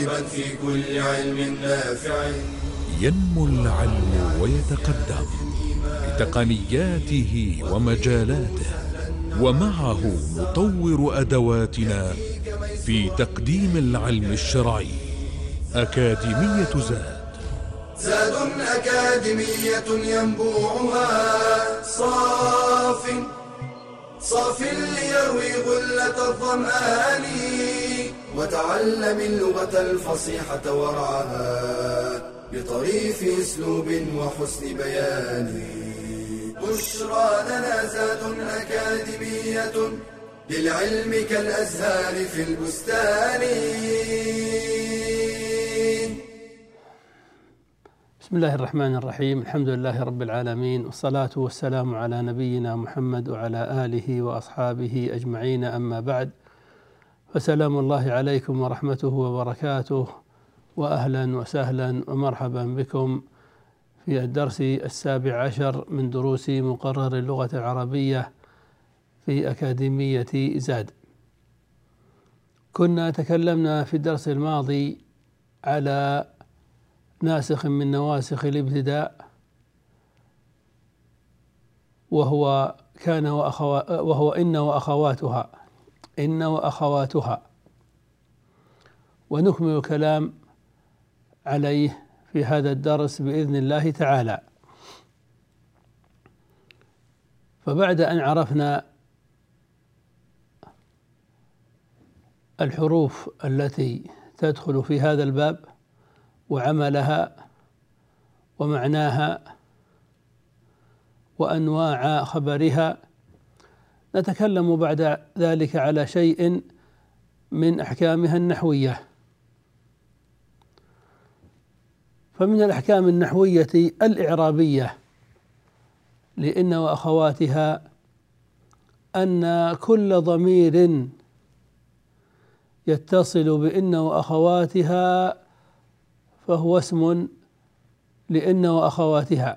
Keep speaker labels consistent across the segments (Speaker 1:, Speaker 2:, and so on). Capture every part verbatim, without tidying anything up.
Speaker 1: راغبا في كل علم نافع.
Speaker 2: ينمو العلم ويتقدم بتقنياته ومجالاته، ومعه نطور أدواتنا في تقديم العلم الشرعي. أكاديمية زاد
Speaker 1: زاد أكاديمية ينبوعها صاف صاف ليروي غلة الظمآن، وتعلم اللغة الفصيحة ورعاها بطريف اسلوب وحسن بيان. بشرى لنا زاد أكاديمية للعلم كالأزهار في البستان.
Speaker 3: بسم الله الرحمن الرحيم. الحمد لله رب العالمين، والصلاة والسلام على نبينا محمد وعلى آله وأصحابه أجمعين، أما بعد، فسلام الله عليكم ورحمته وبركاته، وأهلا وسهلا ومرحبا بكم في الدرس السابع عشر من دروس مقرر اللغة العربية في أكاديمية زاد. كنا تكلمنا في الدرس الماضي على ناسخ من نواسخ الابتداء، وهو كان وأخوا وهو إن وأخواتها إن وأخواتها ونكمل الكلام عليه في هذا الدرس بإذن الله تعالى. فبعد أن عرفنا الحروف التي تدخل في هذا الباب وعملها ومعناها وأنواع خبرها، نتكلم بعد ذلك على شيء من أحكامها النحوية. فمن الأحكام النحوية الإعرابية لإن وأخواتها أن كل ضمير يتصل بإن وأخواتها فهو اسم لإن وأخواتها.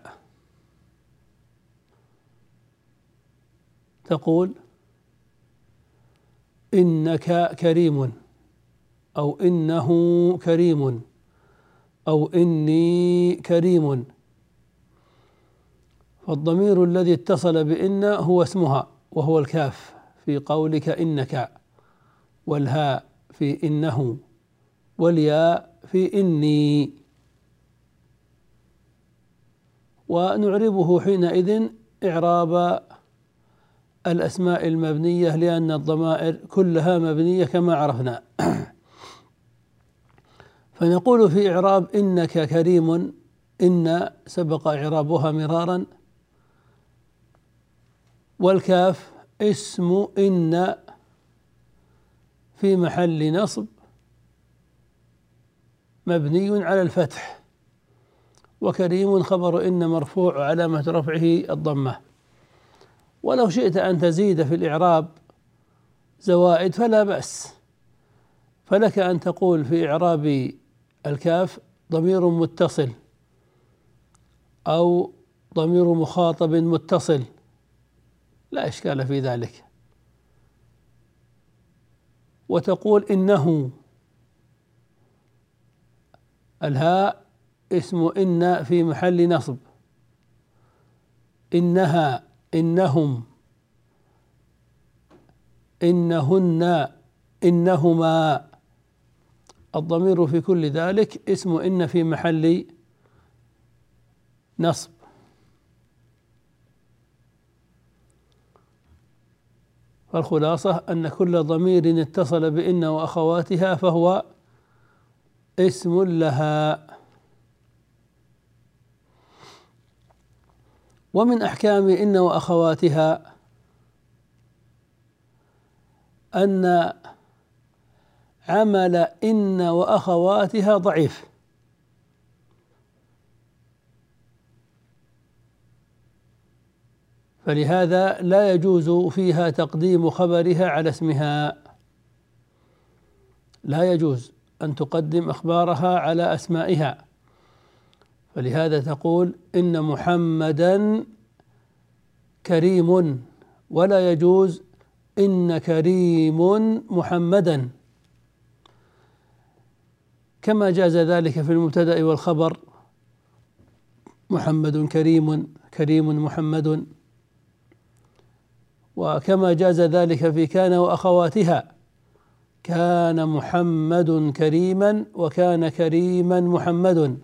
Speaker 3: تقول إنك كريم، أو إنه كريم، أو إني كريم. فالضمير الذي اتصل بإن هو اسمها، وهو الكاف في قولك إنك، والهاء في إنه، والياء في إني. ونعربه حينئذ إعراب الأسماء المبنية، لأن الضمائر كلها مبنية كما عرفنا. فنقول في إعراب إنك كريم، إن سبق إعرابها مرارا، والكاف اسم إن في محل نصب مبني على الفتح، وكريم خبر إن مرفوع علامة رفعه الضمة. ولو شئت أن تزيد في الإعراب زوائد فلا بأس، فلك أن تقول في إعراب الكاف ضمير متصل أو ضمير مخاطب متصل، لا إشكال في ذلك. وتقول إنه، الهاء اسم إن في محل نصب، إنها، إنهم، إنهن، إنهما. الضمير في كل ذلك اسم إن في محل نصب. فالخلاصة أن كل ضمير اتصل بإن وأخواتها فهو اسم لها. ومن أحكام إن وأخواتها أن عمل إن وأخواتها ضعيف، فلهذا لا يجوز فيها تقديم خبرها على اسمها، لا يجوز أن تقدم أخبارها على أسمائها. فلهذا تقول إن محمدا كريم، ولا يجوز إن كريم محمدا. كما جاز ذلك في المبتدأ والخبر: محمد كريم، كريم محمد. وكما جاز ذلك في كان وأخواتها: كان محمد كريما، وكان كريما محمد.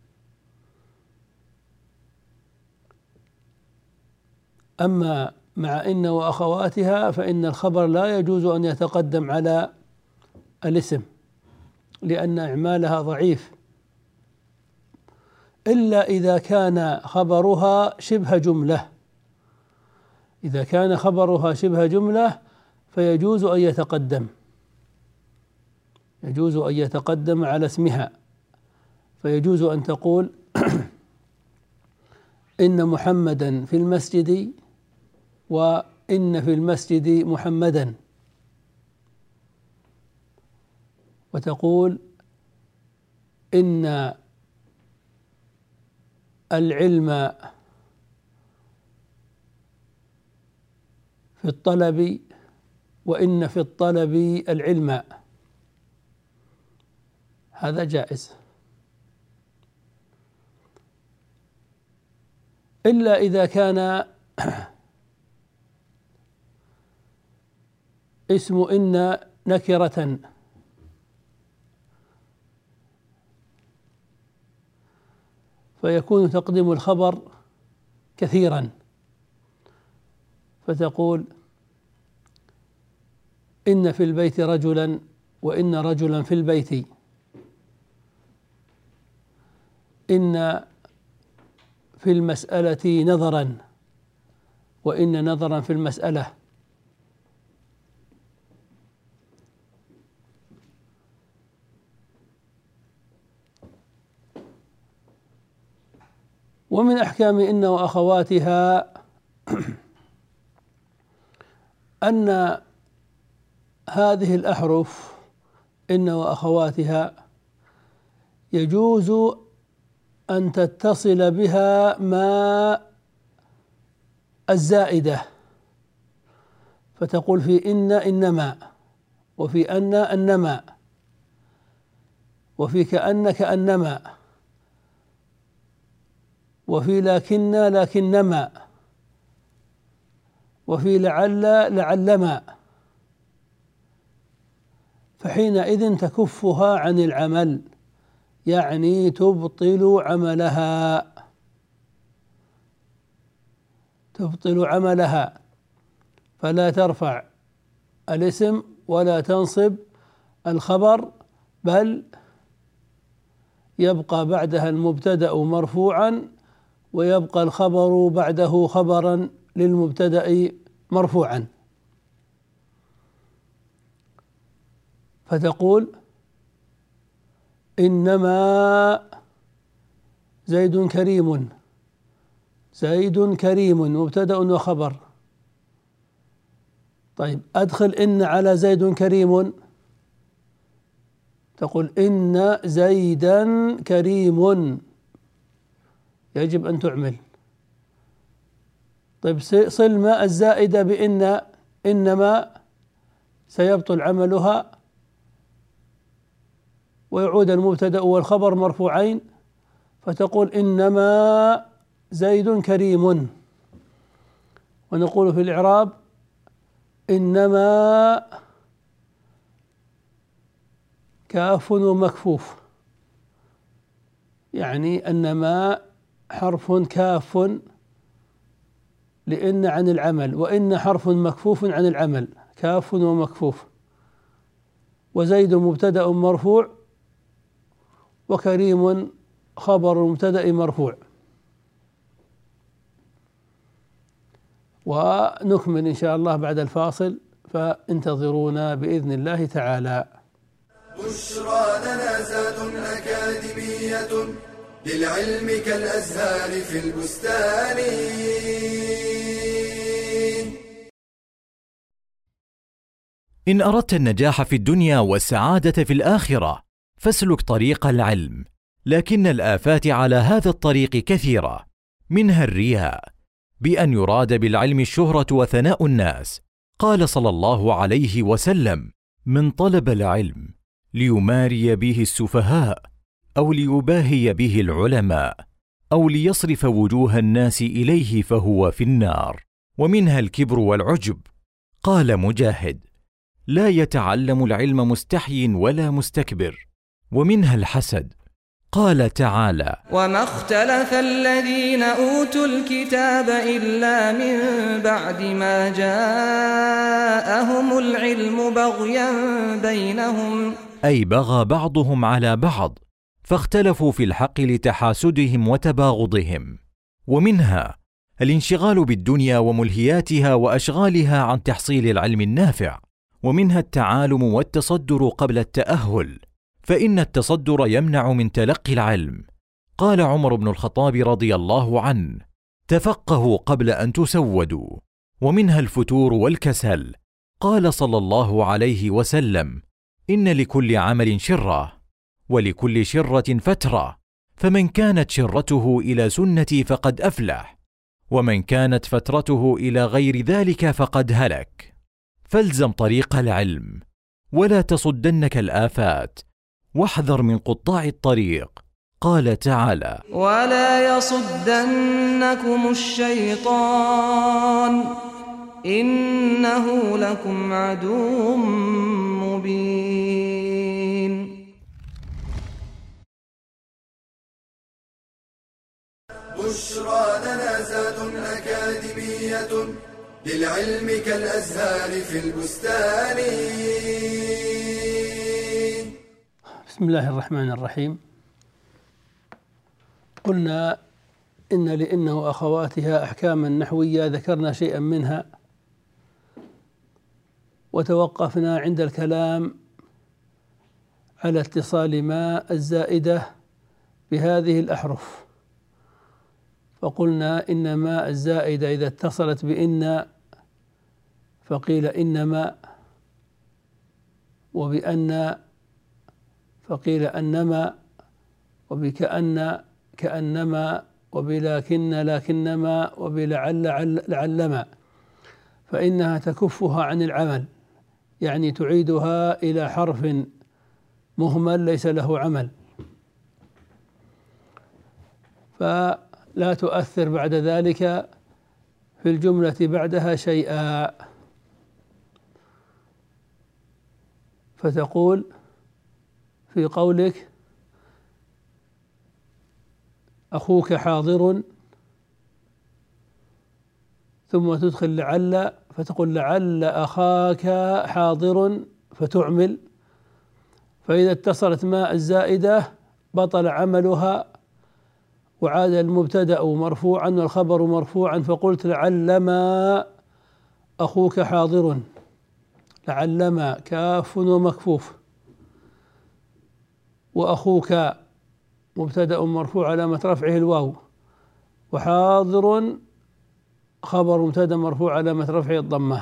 Speaker 3: أما مع إن وأخواتها فإن الخبر لا يجوز أن يتقدم على الاسم، لأن إعمالها ضعيف، إلا إذا كان خبرها شبه جملة. إذا كان خبرها شبه جملة فيجوز أن يتقدم، يجوز أن يتقدم على اسمها، فيجوز أن تقول: إن محمدا في المسجد، وإن في المسجد محمدا. وتقول: إن العلم في الطلب، وإن في الطلب العلم. هذا جائز، إلا إذا كان اسم إن نكرة، فيكون تقديم الخبر كثيرا، فتقول: إن في البيت رجلا، وإن رجلا في البيت. إن في المسألة نظرا، وإن نظرا في المسألة. ومن أحكام إن وأخواتها أن هذه الأحرف إن وأخواتها يجوز أن تتصل بها ما الزائدة، فتقول في إن إنما، وفي أن أنما، وفي كأن كأنما، وفي لكن لكنما، وفي لعل لعلما. فحينئذ تكفها عن العمل، يعني تبطل عملها، تبطل عملها، فلا ترفع الاسم ولا تنصب الخبر، بل يبقى بعدها المبتدأ مرفوعا، ويبقى الخبر بعده خبرا للمبتدأ مرفوعا. فتقول: إنما زيد كريم، زيد كريم مبتدأ وخبر. طيب، أدخل إن على زيد كريم، تقول: إن زيدا كريم، يجب أن تعمل. طيب، صل ما الزائدة بإن إنما، سيبطل عملها، ويعود المبتدأ والخبر مرفوعين، فتقول: إنما زيد كريم. ونقول في الإعراب: إنما كاف ومكفوف، يعني أنما حرف كاف لإن عن العمل، وإن حرف مكفوف عن العمل، كاف ومكفوف. وزيد مبتدأ مرفوع، وكريم خبر مبتدأ مرفوع. ونكمل إن شاء الله بعد الفاصل، فانتظرونا بإذن الله تعالى.
Speaker 1: بشرى لنا زاد أكاديمية للعلم كالأزهار في البستان.
Speaker 4: إن أردت النجاح في الدنيا والسعادة في الآخرة فاسلك طريق العلم، لكن الآفات على هذا الطريق كثيرة، منها الرياء، بأن يراد بالعلم الشهرة وثناء الناس. قال صلى الله عليه وسلم: من طلب العلم ليماري به السفهاء، أو ليباهي به العلماء، أو ليصرف وجوه الناس إليه فهو في النار. ومنها الكبر والعجب. قال مجاهد: لا يتعلم العلم مستحي ولا مستكبر. ومنها الحسد. قال تعالى:
Speaker 5: وما اختلف الذين أوتوا الكتاب إلا من بعد ما جاءهم العلم بغيا بينهم،
Speaker 4: أي بغى بعضهم على بعض فاختلفوا في الحق لتحاسدهم وتباغضهم. ومنها الانشغال بالدنيا وملهياتها وأشغالها عن تحصيل العلم النافع. ومنها التعالم والتصدر قبل التأهل، فإن التصدر يمنع من تلقي العلم. قال عمر بن الخطاب رضي الله عنه: تفقهوا قبل أن تسودوا. ومنها الفتور والكسل. قال صلى الله عليه وسلم: إن لكل عمل شرة، ولكل شرة فترة، فمن كانت شرته إلى سنتي فقد أفلح، ومن كانت فترته إلى غير ذلك فقد هلك. فالزم طريق العلم، ولا تصدنك الآفات، واحذر من قطاع الطريق. قال تعالى:
Speaker 5: ولا يصدنكم الشيطان إنه لكم عدو مبين.
Speaker 1: بشرى لنا زاد أكاديمية للعلم كالأزهار في البستان.
Speaker 3: بسم الله الرحمن الرحيم. قلنا إن لإنه وأخواتها أحكاما نحوية، ذكرنا شيئا منها وتوقفنا عند الكلام على اتصال ما الزائدة بهذه الأحرف، فقلنا إن ما الزائدة إذا اتصلت بإن فقيل إنما، وبأن فقيل أنما، وبكأن كأنما، وبلكن لكنما، وبلعل لعلما، فإنها تكفها عن العمل، يعني تعيدها إلى حرف مهمل ليس له عمل، فلا تؤثر بعد ذلك في الجملة بعدها شيئا. فتقول في قولك: أخوك حاضر، ثم تدخل لعل فتقول لعل أخاك حاضر فتعمل، فإذا اتصلت ما الزائدة بطل عملها وعاد المبتدأ مرفوعا والخبر مرفوعا، فقلت لعلما أخوك حاضر، لعلما كاف ومكفوف، وأخوك مبتدأ مرفوع علامة رفعه الواو، وحاضر خبر مبتدأ مرفوع علامة رفعه الضمة.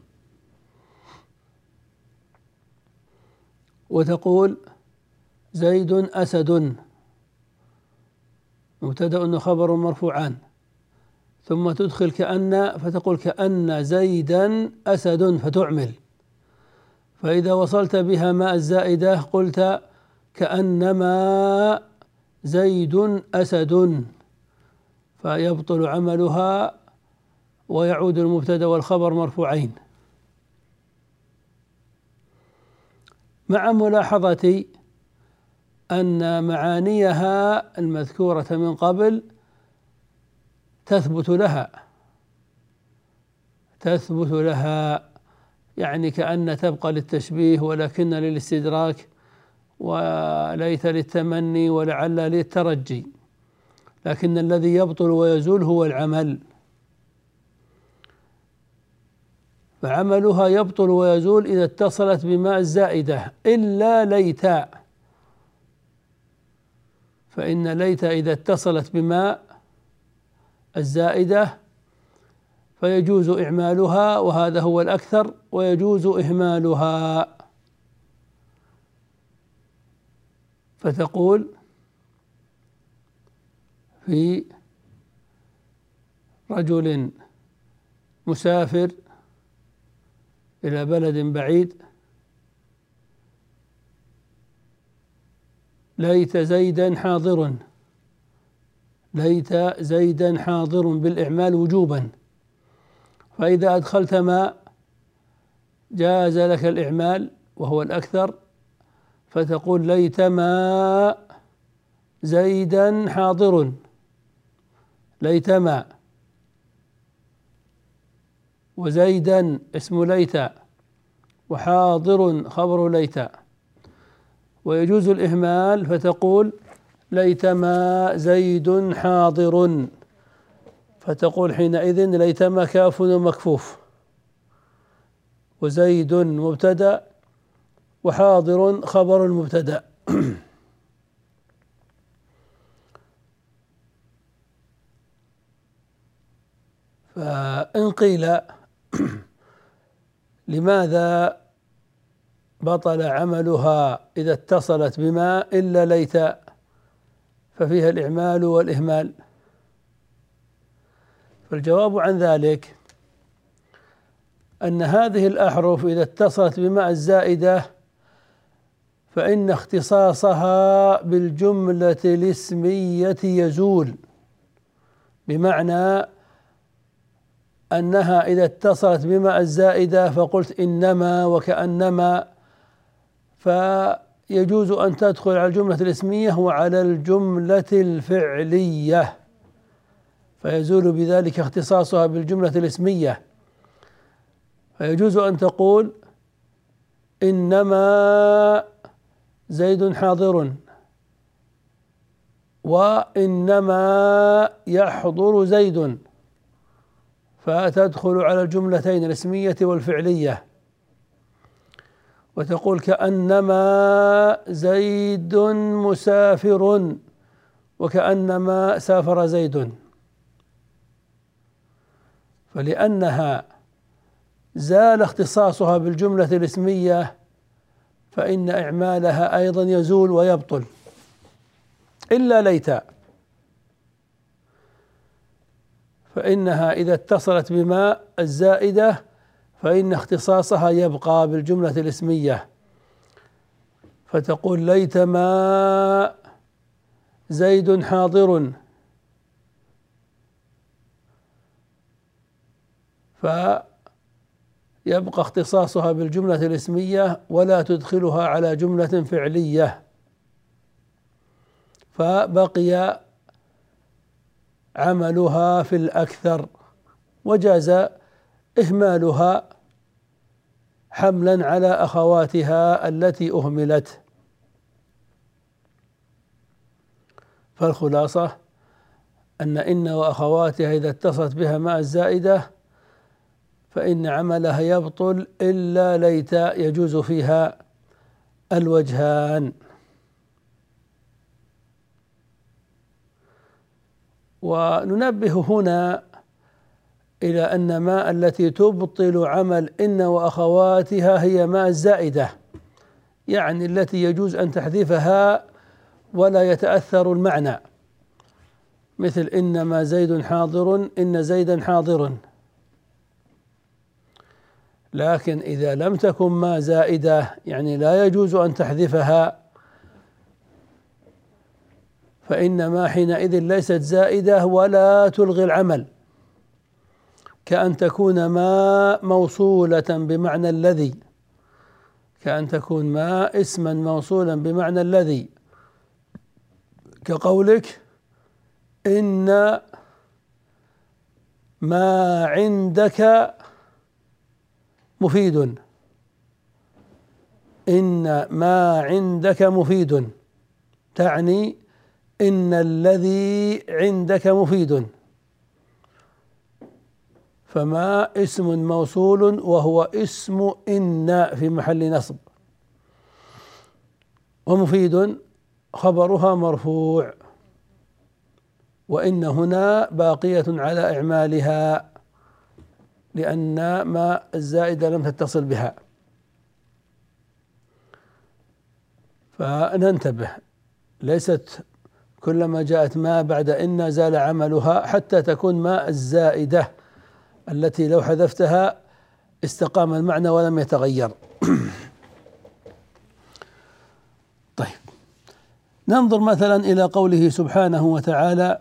Speaker 3: وتقول زيد أسد، مبتدأ وخبر مرفوعان، ثم تدخل كأن فتقول كأن زيدا أسد فتعمل، فإذا وصلت بها ماء الزائدة قلت كأنما زيد أسد، فيبطل عملها ويعود المبتدأ والخبر مرفوعين، مع ملاحظة أن معانيها المذكورة من قبل تثبت لها تثبت لها يعني كأن تبقى للتشبيه، ولكن للاستدراك، وليت للتمني، ولعل للترجي، لكن الذي يبطل ويزول هو العمل، فعملها يبطل ويزول إذا اتصلت بماء الزائدة إلا ليت، فإن ليت إذا اتصلت بماء الزائدة فيجوز إعمالها، وهذا هو الأكثر، ويجوز إهمالها. فتقول في رجل مسافر إلى بلد بعيد ليت زيدا حاضر، ليت زيدا حاضر بالإعمال وجوبا، فإذا أدخلت ما جاز لك الإعمال وهو الأكثر، فتقول ليتما زيدا حاضر، ليتما، وزيدا اسم ليت، وحاضر خبر ليت. ويجوز الإهمال فتقول ليتما زيد حاضر، فتقول حينئذ ليتما كاف مكفوف، وزيد مبتدأ، وحاضر خبر المبتدأ. فإن قيل لماذا بطل عملها إذا اتصلت بما إلا ليت ففيها الإعمال والإهمال؟ فالجواب عن ذلك أن هذه الأحرف إذا اتصلت بما الزائدة فإن اختصاصها بالجملة الاسمية يزول، بمعنى أنها إذا اتصلت بما الزائدة فقلت إنما وكأنما، فيجوز أن تدخل على الجملة الاسمية وعلى الجملة الفعلية، فيزول بذلك اختصاصها بالجملة الاسمية. فيجوز أن تقول إنما زيد حاضر، وإنما يحضر زيد، فتدخل على الجملتين الاسمية والفعلية، وتقول كأنما زيد مسافر، وكأنما سافر زيد. فلأنها زال اختصاصها بالجملة الاسمية فإن إعمالها أيضا يزول ويبطل، إلا ليت، فإنها إذا اتصلت بما الزائدة فإن اختصاصها يبقى بالجملة الاسمية، فتقول ليتما زيد حاضر، فيبقى اختصاصها بالجملة الاسمية ولا تدخلها على جملة فعلية، فبقي عملها في الأكثر، وجاز إهمالها حملا على أخواتها التي أهملت. فالخلاصة أن إن وأخواتها إذا اتصلت بها مع الزائدة فإن عملها يبطل، إلا ليت يجوز فيها الوجهان. وننبه هنا إلى أن ما التي تبطل عمل إن وأخواتها هي ما الزائدة، يعني التي يجوز أن تحذفها ولا يتأثر المعنى، مثل إنما زيد حاضر، إن زيدا حاضر. لكن إذا لم تكن ما زائدة، يعني لا يجوز أن تحذفها، فإنما حينئذ ليست زائدة ولا تلغي العمل، كأن تكون ما موصولة بمعنى الذي، كأن تكون ما اسما موصولا بمعنى الذي، كقولك إن ما عندك مفيد، إن ما عندك مفيد، تعني إن الذي عندك مفيد، فما اسم موصول وهو اسم إن في محل نصب، ومفيد خبرها مرفوع، وإن هنا باقية على إعمالها لأن ما الزائدة لم تتصل بها. فننتبه، ليست كلما جاءت ما بعد إن زال عملها، حتى تكون ما الزائدة التي لو حذفتها استقام المعنى ولم يتغير. طيب، ننظر مثلا إلى قوله سبحانه وتعالى: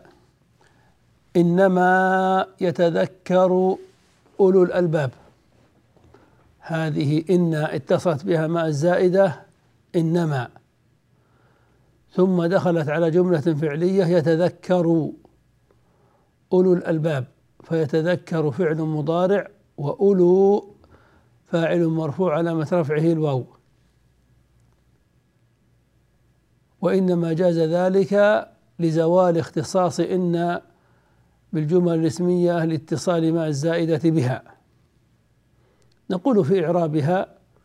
Speaker 3: إنما يتذكر أولو الألباب. هذه إن اتصلت بها ماء الزائدة إنما، ثم دخلت على جملة فعلية يتذكر أولو الألباب، فيتذكر فعل مضارع وأولو فاعل مرفوع علامة رفعه الواو. وإنما جاز ذلك لزوال اختصاص إن بالجمل الاسمية لاتصال مع الزائدة بها. نقول في إعرابها: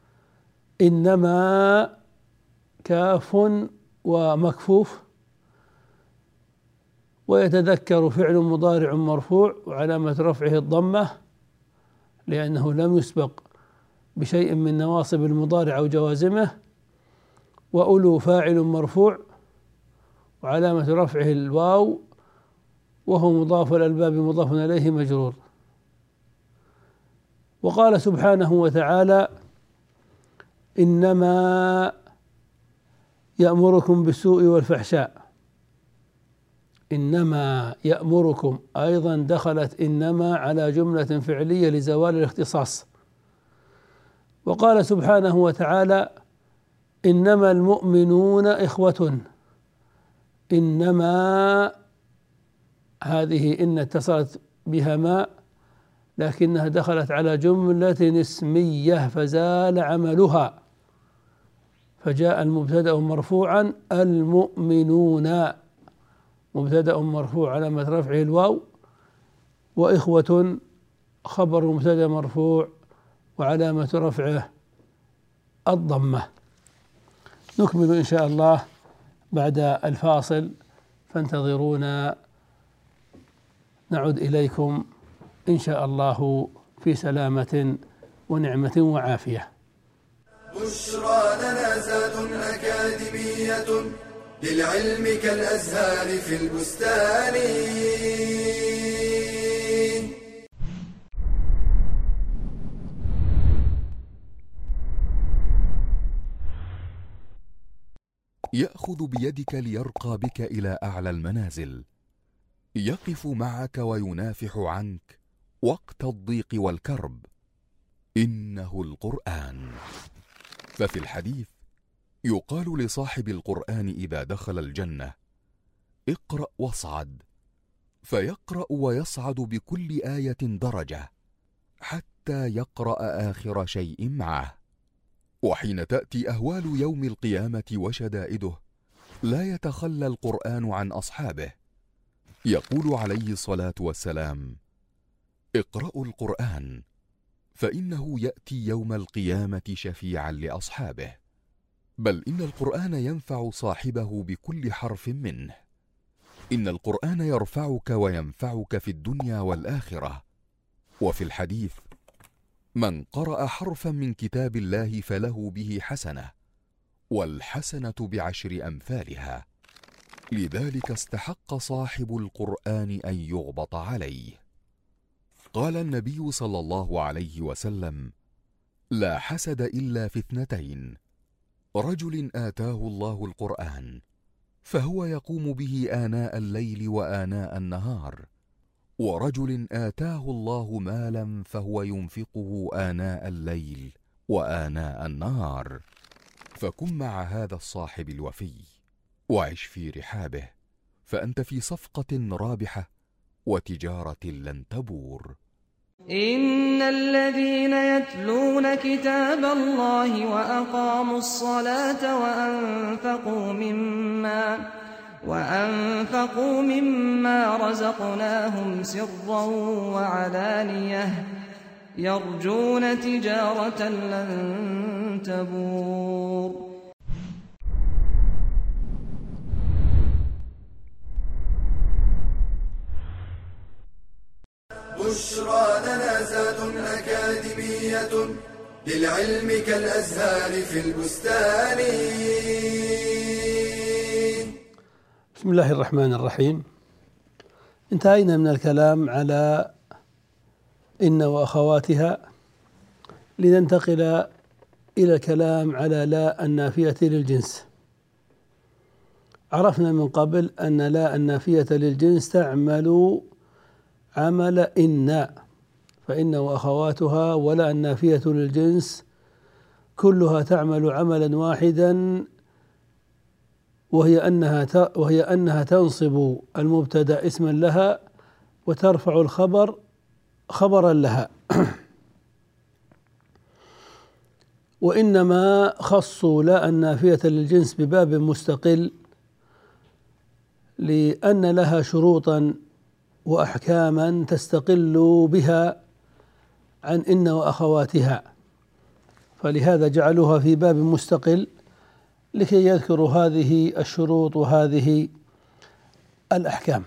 Speaker 3: إنما كاف ومكفوف، ويتذكر فعل مضارع مرفوع وعلامة رفعه الضمة لأنه لم يسبق بشيء من نواصب المضارع أو جوازمه، وأولو فاعل مرفوع وعلامة رفعه الواو وهو مضاف الألباب مضاف إليه مجرور. وقال سبحانه وتعالى: إنما يأمركم بالسوء والفحشاء. إنما يأمركم أيضا دخلت إنما على جملة فعلية لزوال الاختصاص. وقال سبحانه وتعالى: إنما المؤمنون إخوة. إنما هذه إن اتصلت بها ما، لكنها دخلت على جملة اسمية فزال عملها، فجاء المبتدأ مرفوعا المؤمنون، مبتدأ مرفوع علامة رفعه الواو، وإخوة خبر مبتدأ مرفوع وعلامة رفعه الضمة. نكمل إن شاء الله بعد الفاصل، فانتظرونا، نعود إليكم إن شاء الله في سلامة ونعمة وعافية.
Speaker 1: بشرى لنا زاد أكاديمية للعلم كالأزهار في البستان.
Speaker 6: يأخذ بيدك ليرقى بك إلى أعلى المنازل، يقف معك وينافح عنك وقت الضيق والكرب، إنه القرآن. ففي الحديث يقال لصاحب القرآن إذا دخل الجنة: اقرأ واصعد، فيقرأ ويصعد بكل آية درجة حتى يقرأ آخر شيء معه. وحين تأتي أهوال يوم القيامة وشدائده لا يتخلى القرآن عن أصحابه، يقول عليه الصلاة والسلام: اقرأوا القرآن فإنه يأتي يوم القيامة شفيعا لأصحابه. بل إن القرآن ينفع صاحبه بكل حرف منه. إن القرآن يرفعك وينفعك في الدنيا والآخرة. وفي الحديث: من قرأ حرفا من كتاب الله فله به حسنة، والحسنة بعشر أمثالها. لذلك استحق صاحب القرآن أن يغبط عليه. قال النبي صلى الله عليه وسلم: لا حسد إلا في اثنتين: رجل آتاه الله القرآن فهو يقوم به آناء الليل وآناء النهار، ورجل آتاه الله مالا فهو ينفقه آناء الليل وآناء النهار. فكن مع هذا الصاحب الوفي وعش في رحابه، فأنت في صفقة رابحة وتجارة لن تبور.
Speaker 5: إن الذين يتلون كتاب الله وأقاموا الصلاة وأنفقوا مما وأنفقوا مما رزقناهم سرا وعلانية يرجون تجارة لن تبور.
Speaker 1: بشرى لنا زاد أكاديمية للعلم كالأزهار في البستان.
Speaker 3: بسم الله الرحمن الرحيم. انتهينا من الكلام على إن وأخواتها، لننتقل إلى الكلام على لا النافية للجنس. عرفنا من قبل أن لا النافية للجنس تعمل عمل إن، فإن وأخواتها ولا النافية للجنس كلها تعمل عملا واحدا، وهي أنها وهي أنها تنصب المبتدأ اسما لها وترفع الخبر خبرا لها. وإنما خصوا لا النافية للجنس بباب مستقل لأن لها شروطا وأحكاما تستقل بها عن إن وأخواتها، فلهذا جعلوها في باب مستقل لكي يذكروا هذه الشروط وهذه الأحكام.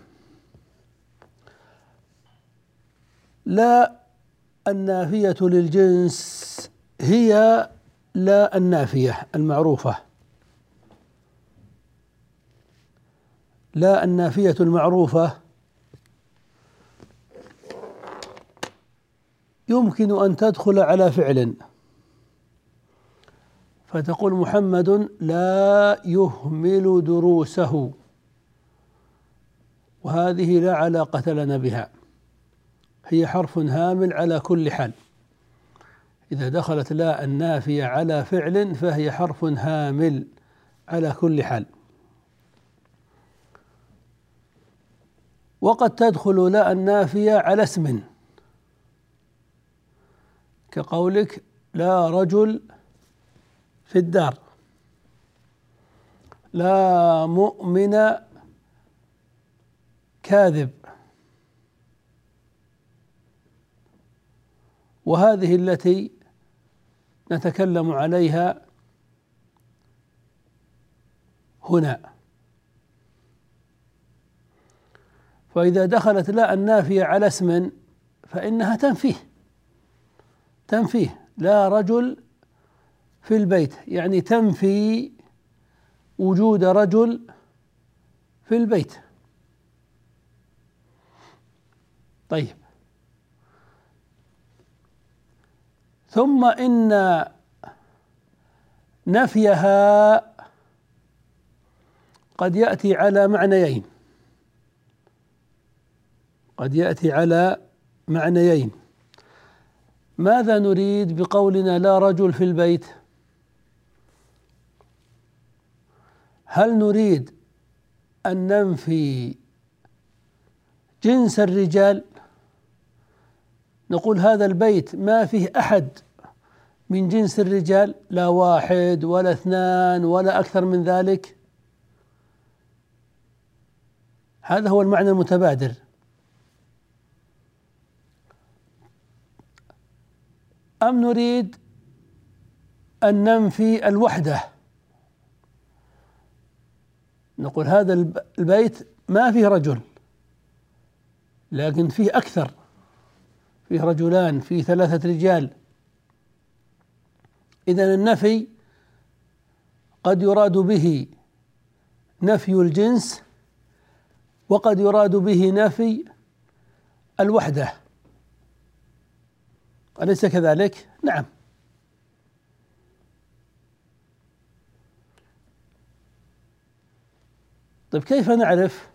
Speaker 3: لا النافية للجنس هي لا النافية المعروفة، لا النافية المعروفة يمكن أن تدخل على فعل، فتقول محمد لا يهمل دروسه، وهذه لا علاقة لنا بها، هي حرف هامل على كل حال. إذا دخلت لا النافية على فعل فهي حرف هامل على كل حال. وقد تدخل لا النافية على اسم، كقولك لا رجل في الدار، لا مؤمن كاذب، وهذه التي نتكلم عليها هنا. فإذا دخلت لا النافية على اسم فإنها تنفيه تنفيه لا رجل في البيت، يعني تنفي وجود رجل في البيت. طيب، ثم إن نفيها قد يأتي على معنيين قد يأتي على معنيين ماذا نريد بقولنا لا رجل في البيت؟ هل نريد أن ننفي جنس الرجال، نقول هذا البيت ما فيه أحد من جنس الرجال، لا واحد ولا اثنان ولا أكثر من ذلك؟ هذا هو المعنى المتبادر. أم نريد أن ننفي الوحدة، نقول هذا البيت ما فيه رجل لكن فيه أكثر، فيه رجلان، فيه ثلاثة رجال. إذن النفي قد يراد به نفي الجنس وقد يراد به نفي الوحدة، أليس كذلك؟ نعم. طيب، كيف نعرف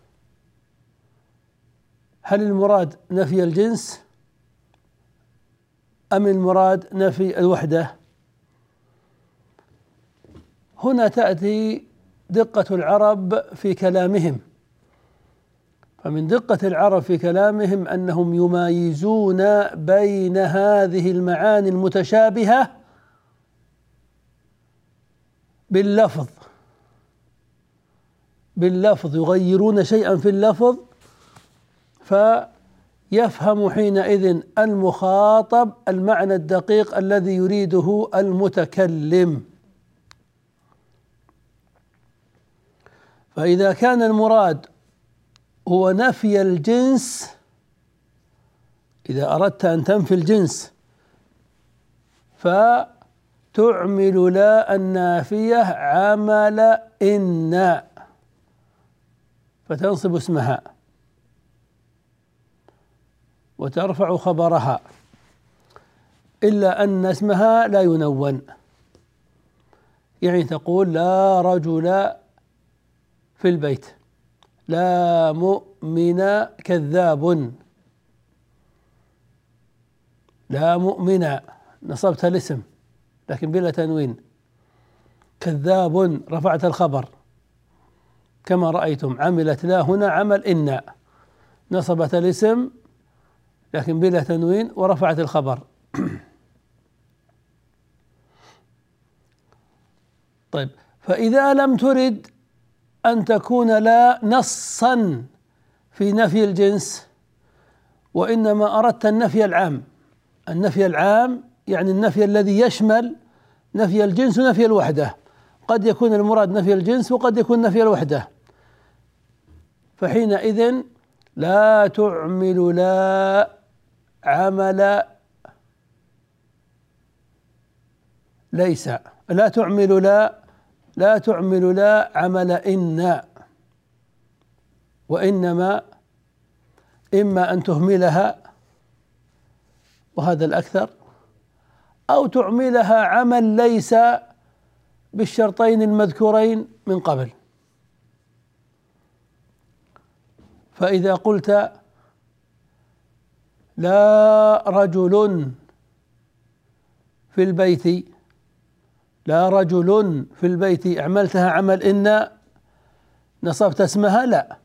Speaker 3: هل المراد نفي الجنس أم المراد نفي الوحدة؟ هنا تأتي دقة العرب في كلامهم. فمن دقة العرب في كلامهم أنهم يمايزون بين هذه المعاني المتشابهة باللفظ باللفظ يغيرون شيئا في اللفظ، فيفهم حينئذ المخاطب المعنى الدقيق الذي يريده المتكلم. فإذا كان المراد هو نفي الجنس، إذا أردت أن تنفي الجنس فتعمل لا النافية عمل إن، فتنصب اسمها وترفع خبرها، إلا أن اسمها لا ينون، يعني تقول لا رجل في البيت. لا مؤمن كذاب. لا مؤمن نصبت الاسم لكن بلا تنوين. كذاب رفعت الخبر كما رأيتم. عملت لا هنا عمل إن، نصبت الاسم لكن بلا تنوين ورفعت الخبر. طيب، فإذا لم ترد أن تكون لا نصا في نفي الجنس وإنما أردت النفي العام، النفي العام يعني النفي الذي يشمل نفي الجنس ونفي الوحدة، قد يكون المراد نفي الجنس وقد يكون نفي الوحدة، فحينئذ لا تعمل لا عمل ليس، لا تعمل لا لا تعمل لا عمل إن، وإنما إما أن تهملها وهذا الأكثر، أو تعملها عمل ليس بالشرطين المذكورين من قبل. فإذا قلت لا رجل في البيت، لا رجل في البيت، أعملتها عمل إن، نصبت اسمها لا،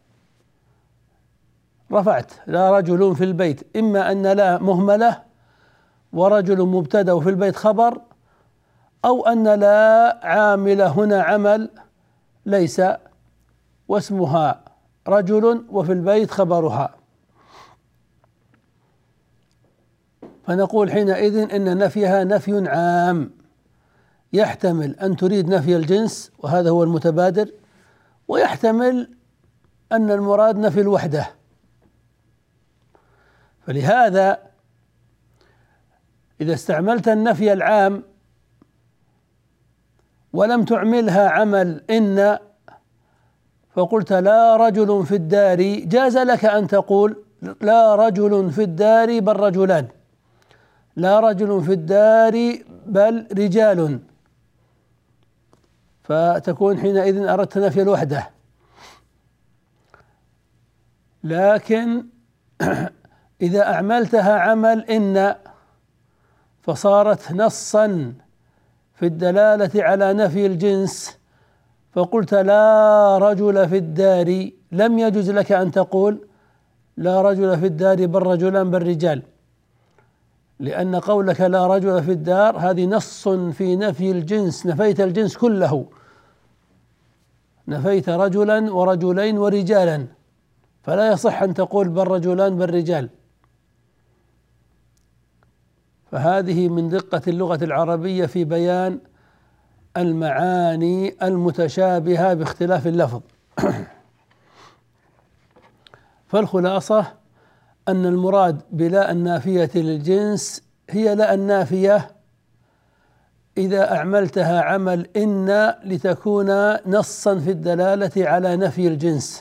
Speaker 3: رفعت لا رجل في البيت، إما أن لا مهملة ورجل مبتدأ وفي البيت خبر، أو أن لا عامل هنا عمل ليس واسمها رجل وفي البيت خبرها. فنقول حينئذ إن نفيها نفي عام يحتمل أن تريد نفي الجنس وهذا هو المتبادر، ويحتمل أن المراد نفي الوحدة. فلهذا إذا استعملت النفي العام ولم تعملها عمل إن فقلت لا رجل في الدار، جاز لك أن تقول لا رجل في الدار بل رجلان، لا رجل في الدار بل رجال، فتكون حينئذ أردت نفي الوحدة. لكن إذا أعملتها عمل إن فصارت نصا في الدلالة على نفي الجنس، فقلت لا رجل في الدار، لم يجوز لك أن تقول لا رجل في الدار بل رجلان بل رجال، لأن قولك لا رجل في الدار هذه نص في نفي الجنس، نفيت الجنس كله، نفيت رجلا ورجلين ورجالا، فلا يصح أن تقول بل رجلان بل رجال. فهذه من دقة اللغة العربية في بيان المعاني المتشابهة باختلاف اللفظ. فالخلاصة أن المراد بلا النافية للجنس هي لا النافية إذا أعملتها عمل إن لتكون نصا في الدلالة على نفي الجنس.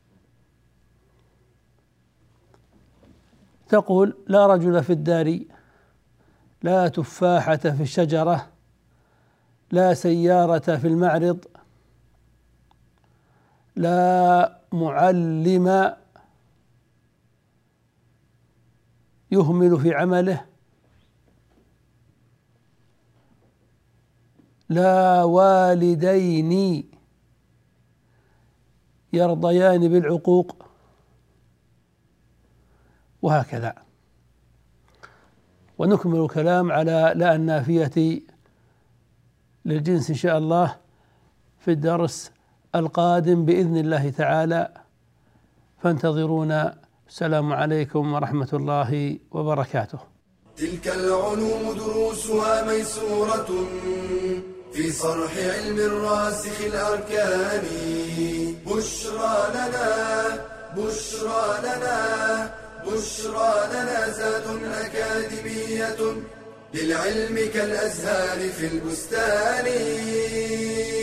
Speaker 3: تقول لا رجل في الدار، لا تفاحة في الشجرة، لا سيارة في المعرض، لا معلم يهمل في عمله، لا والدين يرضيان بالعقوق، وهكذا. ونكمل الكلام على لا النافية للجنس إن شاء الله في الدرس القادم بإذن الله تعالى، فانتظرونا. السلام عليكم ورحمة الله وبركاته.
Speaker 1: تلك العلوم دروسها ميسورة في صرح علم الراسخ الأركان. بشرى لنا بشرى لنا بشرى لنا زاد أكاديمية للعلم كالأزهار في البستان.